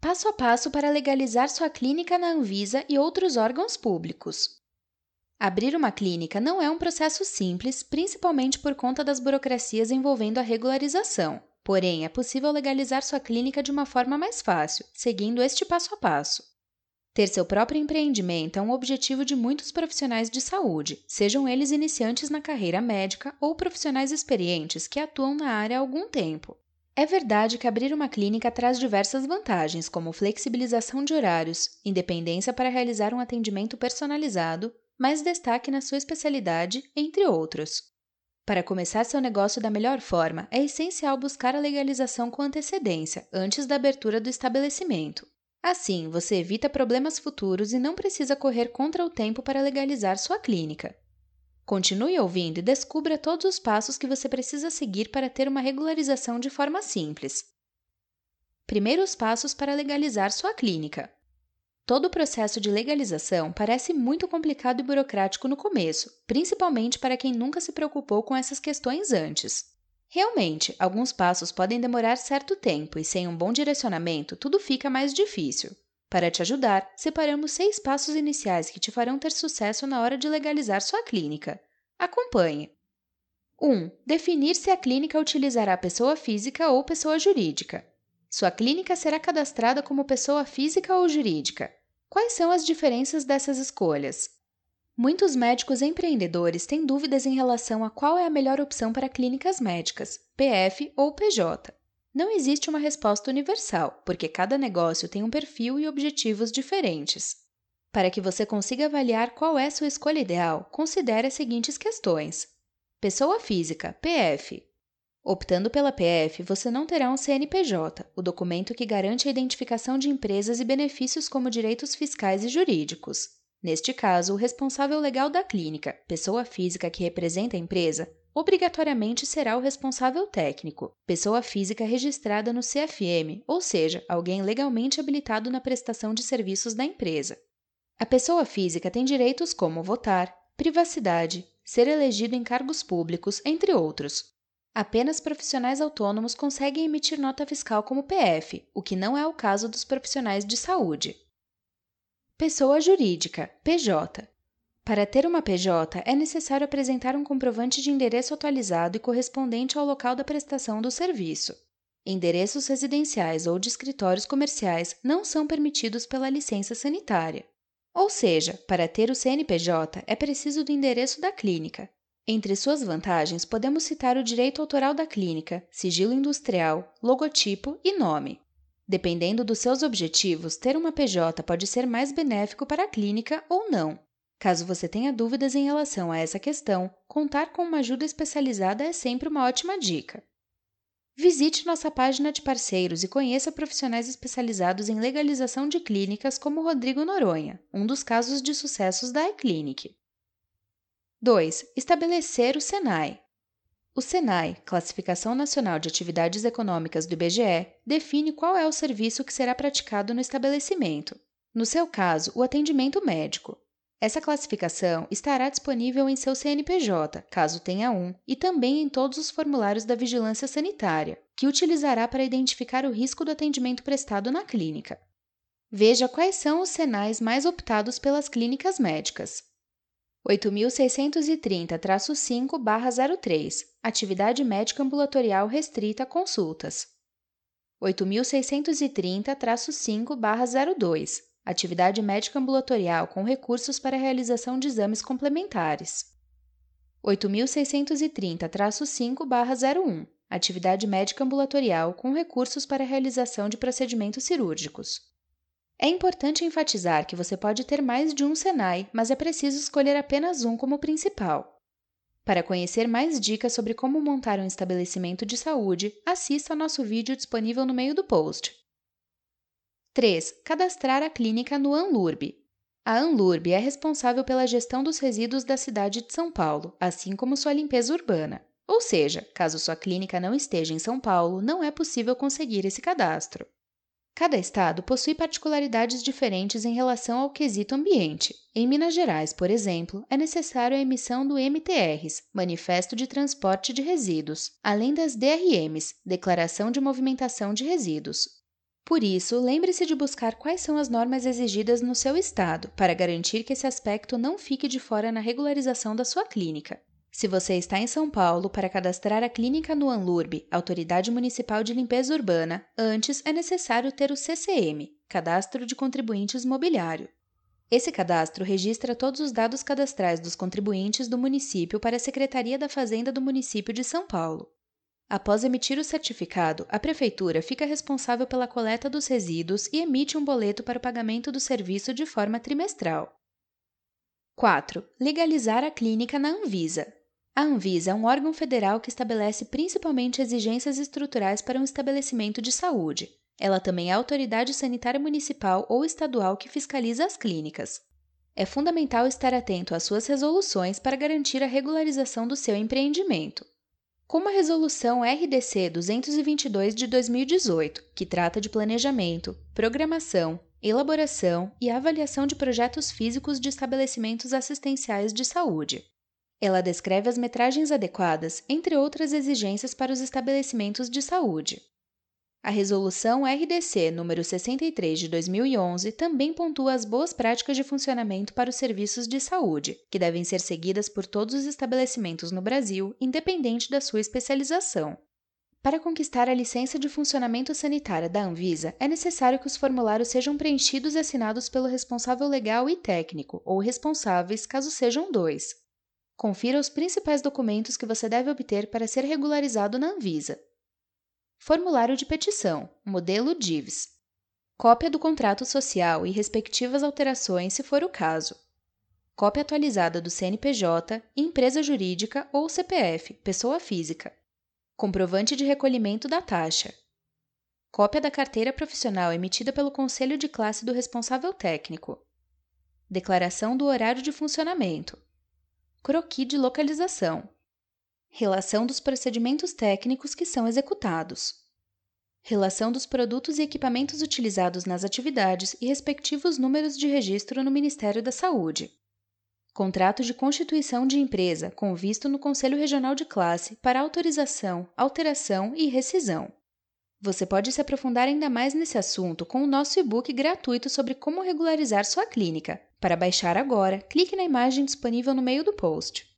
Passo a passo para legalizar sua clínica na Anvisa e outros órgãos públicos. Abrir uma clínica não é um processo simples, principalmente por conta das burocracias envolvendo a regularização. Porém, é possível legalizar sua clínica de uma forma mais fácil, seguindo este passo a passo. Ter seu próprio empreendimento é um objetivo de muitos profissionais de saúde, sejam eles iniciantes na carreira médica ou profissionais experientes que atuam na área há algum tempo. É verdade que abrir uma clínica traz diversas vantagens, como flexibilização de horários, independência para realizar um atendimento personalizado, mais destaque na sua especialidade, entre outros. Para começar seu negócio da melhor forma, é essencial buscar a legalização com antecedência, antes da abertura do estabelecimento. Assim, você evita problemas futuros e não precisa correr contra o tempo para legalizar sua clínica. Continue ouvindo e descubra todos os passos que você precisa seguir para ter uma regularização de forma simples. Primeiros passos para legalizar sua clínica. Todo o processo de legalização parece muito complicado e burocrático no começo, principalmente para quem nunca se preocupou com essas questões antes. Realmente, alguns passos podem demorar certo tempo e sem um bom direcionamento, tudo fica mais difícil. Para te ajudar, separamos 6 passos iniciais que te farão ter sucesso na hora de legalizar sua clínica. Acompanhe. 1. Definir se a clínica utilizará pessoa física ou pessoa jurídica. Sua clínica será cadastrada como pessoa física ou jurídica. Quais são as diferenças dessas escolhas? Muitos médicos empreendedores têm dúvidas em relação a qual é a melhor opção para clínicas médicas, PF ou PJ. Não existe uma resposta universal, porque cada negócio tem um perfil e objetivos diferentes. Para que você consiga avaliar qual é sua escolha ideal, considere as seguintes questões. Pessoa física, PF. Optando pela PF, você não terá um CNPJ, o documento que garante a identificação de empresas e benefícios como direitos fiscais e jurídicos. Neste caso, o responsável legal da clínica, pessoa física que representa a empresa, obrigatoriamente será o responsável técnico, pessoa física registrada no CFM, ou seja, alguém legalmente habilitado na prestação de serviços da empresa. A pessoa física tem direitos como votar, privacidade, ser elegido em cargos públicos, entre outros. Apenas profissionais autônomos conseguem emitir nota fiscal como PF, o que não é o caso dos profissionais de saúde. Pessoa jurídica, PJ. Para ter uma PJ, é necessário apresentar um comprovante de endereço atualizado e correspondente ao local da prestação do serviço. Endereços residenciais ou de escritórios comerciais não são permitidos pela licença sanitária. Ou seja, para ter o CNPJ é preciso do endereço da clínica. Entre suas vantagens, podemos citar o direito autoral da clínica, sigilo industrial, logotipo e nome. Dependendo dos seus objetivos, ter uma PJ pode ser mais benéfico para a clínica ou não. Caso você tenha dúvidas em relação a essa questão, contar com uma ajuda especializada é sempre uma ótima dica. Visite nossa página de parceiros e conheça profissionais especializados em legalização de clínicas como Rodrigo Noronha, um dos casos de sucessos da iClinic. 2. Estabelecer o SENAI. O SENAI, Classificação Nacional de Atividades Econômicas do IBGE, define qual é o serviço que será praticado no estabelecimento. No seu caso, o atendimento médico. Essa classificação estará disponível em seu CNPJ, caso tenha um, e também em todos os formulários da Vigilância Sanitária, que utilizará para identificar o risco do atendimento prestado na clínica. Veja quais são os SENAIs mais optados pelas clínicas médicas. 8630-5/03, Atividade Médica Ambulatorial Restrita a Consultas. 8630-5/02, Atividade Médica Ambulatorial com recursos para a realização de exames complementares. 8630-5/01, Atividade Médica Ambulatorial com recursos para a realização de procedimentos cirúrgicos. É importante enfatizar que você pode ter mais de um SENAI, mas é preciso escolher apenas um como principal. Para conhecer mais dicas sobre como montar um estabelecimento de saúde, assista ao nosso vídeo disponível no meio do post. 3. Cadastrar a clínica no Anlurb. A Anlurb é responsável pela gestão dos resíduos da cidade de São Paulo, assim como sua limpeza urbana. Ou seja, caso sua clínica não esteja em São Paulo, não é possível conseguir esse cadastro. Cada estado possui particularidades diferentes em relação ao quesito ambiente. Em Minas Gerais, por exemplo, é necessário a emissão do MTRs, Manifesto de Transporte de Resíduos, além das DRMs, Declaração de Movimentação de Resíduos. Por isso, lembre-se de buscar quais são as normas exigidas no seu estado, para garantir que esse aspecto não fique de fora na regularização da sua clínica. Se você está em São Paulo, para cadastrar a clínica no ANLURB, Autoridade Municipal de Limpeza Urbana, antes é necessário ter o CCM, Cadastro de Contribuintes Mobiliário. Esse cadastro registra todos os dados cadastrais dos contribuintes do município para a Secretaria da Fazenda do município de São Paulo. Após emitir o certificado, a Prefeitura fica responsável pela coleta dos resíduos e emite um boleto para o pagamento do serviço de forma trimestral. 4. Legalizar a clínica na Anvisa. A Anvisa é um órgão federal que estabelece principalmente exigências estruturais para um estabelecimento de saúde. Ela também é a autoridade sanitária municipal ou estadual que fiscaliza as clínicas. É fundamental estar atento às suas resoluções para garantir a regularização do seu empreendimento. Como a Resolução RDC 222 de 2018, que trata de planejamento, programação, elaboração e avaliação de projetos físicos de estabelecimentos assistenciais de saúde. Ela descreve as metragens adequadas, entre outras exigências para os estabelecimentos de saúde. A Resolução RDC número 63 de 2011 também pontua as boas práticas de funcionamento para os serviços de saúde, que devem ser seguidas por todos os estabelecimentos no Brasil, independente da sua especialização. Para conquistar a licença de funcionamento sanitária da Anvisa, é necessário que os formulários sejam preenchidos e assinados pelo responsável legal e técnico, ou responsáveis, caso sejam dois. Confira os principais documentos que você deve obter para ser regularizado na Anvisa. Formulário de petição, modelo DIVS. Cópia do contrato social e respectivas alterações, se for o caso. Cópia atualizada do CNPJ, empresa jurídica ou CPF, pessoa física. Comprovante de recolhimento da taxa. Cópia da carteira profissional emitida pelo Conselho de Classe do responsável técnico. Declaração do horário de funcionamento. Croquis de localização. Relação dos procedimentos técnicos que são executados. Relação dos produtos e equipamentos utilizados nas atividades e respectivos números de registro no Ministério da Saúde. Contrato de constituição de empresa com visto no Conselho Regional de Classe para autorização, alteração e rescisão. Você pode se aprofundar ainda mais nesse assunto com o nosso e-book gratuito sobre como regularizar sua clínica. Para baixar agora, clique na imagem disponível no meio do post.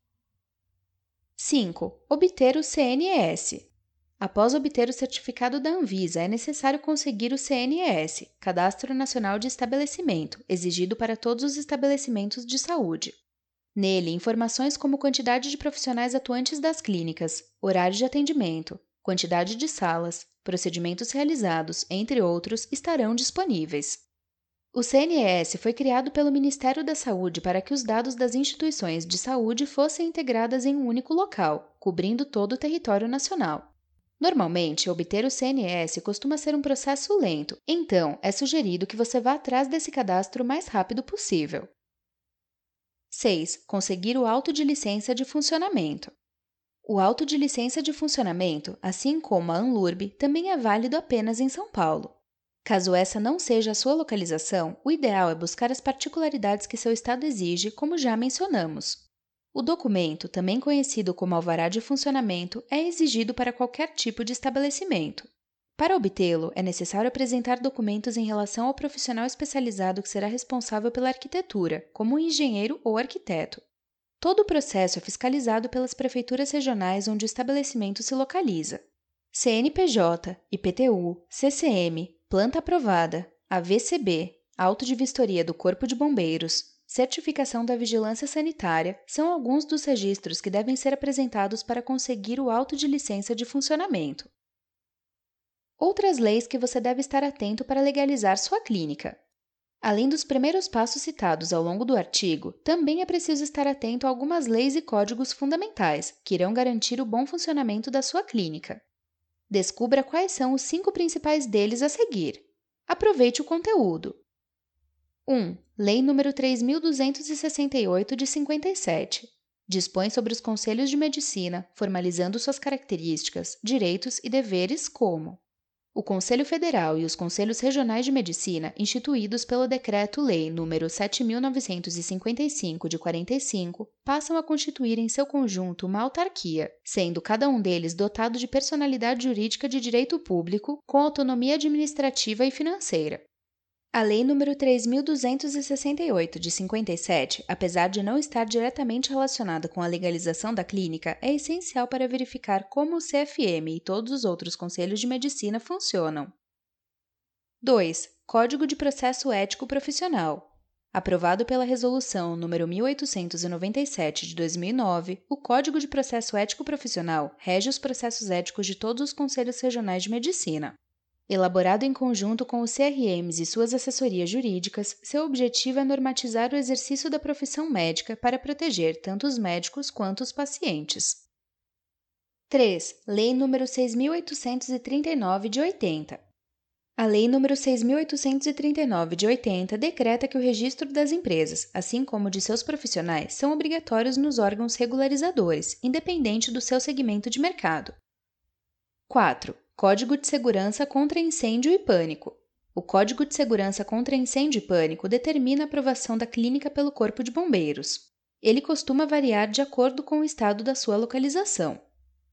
5. Obter o CNES. Após obter o certificado da Anvisa, é necessário conseguir o CNES, Cadastro Nacional de Estabelecimento, exigido para todos os estabelecimentos de saúde. Nele, informações como quantidade de profissionais atuantes das clínicas, horário de atendimento, quantidade de salas, procedimentos realizados, entre outros, estarão disponíveis. O CNES foi criado pelo Ministério da Saúde para que os dados das instituições de saúde fossem integradas em um único local, cobrindo todo o território nacional. Normalmente, obter o CNES costuma ser um processo lento, então é sugerido que você vá atrás desse cadastro o mais rápido possível. 6. Conseguir o auto de licença de funcionamento. O auto de licença de funcionamento, assim como a ANLURB, também é válido apenas em São Paulo. Caso essa não seja a sua localização, o ideal é buscar as particularidades que seu estado exige, como já mencionamos. O documento, também conhecido como alvará de funcionamento, é exigido para qualquer tipo de estabelecimento. Para obtê-lo, é necessário apresentar documentos em relação ao profissional especializado que será responsável pela arquitetura, como um engenheiro ou arquiteto. Todo o processo é fiscalizado pelas prefeituras regionais onde o estabelecimento se localiza. CNPJ, IPTU, CCM, planta aprovada, AVCB, auto de vistoria do Corpo de Bombeiros, certificação da vigilância sanitária são alguns dos registros que devem ser apresentados para conseguir o auto de licença de funcionamento. Outras leis que você deve estar atento para legalizar sua clínica. Além dos primeiros passos citados ao longo do artigo, também é preciso estar atento a algumas leis e códigos fundamentais que irão garantir o bom funcionamento da sua clínica. Descubra quais são os 5 principais deles a seguir. Aproveite o conteúdo. 1. Lei nº 3.268 de 57. Dispõe sobre os conselhos de medicina, formalizando suas características, direitos e deveres como: O Conselho Federal e os Conselhos Regionais de Medicina, instituídos pelo Decreto-Lei nº 7.955, de 45, passam a constituir em seu conjunto uma autarquia, sendo cada um deles dotado de personalidade jurídica de direito público, com autonomia administrativa e financeira. A Lei nº 3.268, de 57, apesar de não estar diretamente relacionada com a legalização da clínica, é essencial para verificar como o CFM e todos os outros conselhos de medicina funcionam. 2. Código de Processo Ético Profissional. Aprovado pela Resolução nº 1897, de 2009, o Código de Processo Ético Profissional rege os processos éticos de todos os conselhos regionais de medicina. Elaborado em conjunto com os CRMs e suas assessorias jurídicas, seu objetivo é normatizar o exercício da profissão médica para proteger tanto os médicos quanto os pacientes. 3. Lei nº 6.839, de 80. A Lei nº 6.839, de 80 decreta que o registro das empresas, assim como de seus profissionais, são obrigatórios nos órgãos regularizadores, independente do seu segmento de mercado. 4. Código de Segurança contra Incêndio e Pânico. O Código de Segurança contra Incêndio e Pânico determina a aprovação da clínica pelo Corpo de Bombeiros. Ele costuma variar de acordo com o estado da sua localização.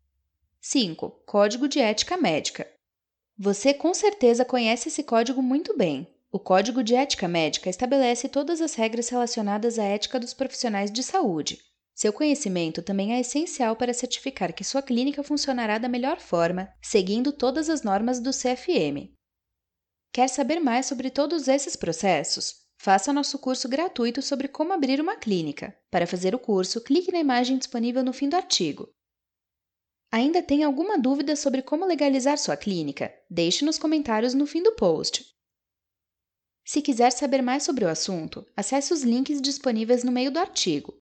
5. Código de Ética Médica. Você com certeza conhece esse código muito bem. O Código de Ética Médica estabelece todas as regras relacionadas à ética dos profissionais de saúde. Seu conhecimento também é essencial para certificar que sua clínica funcionará da melhor forma, seguindo todas as normas do CFM. Quer saber mais sobre todos esses processos? Faça nosso curso gratuito sobre como abrir uma clínica. Para fazer o curso, clique na imagem disponível no fim do artigo. Ainda tem alguma dúvida sobre como legalizar sua clínica? Deixe nos comentários no fim do post. Se quiser saber mais sobre o assunto, acesse os links disponíveis no meio do artigo.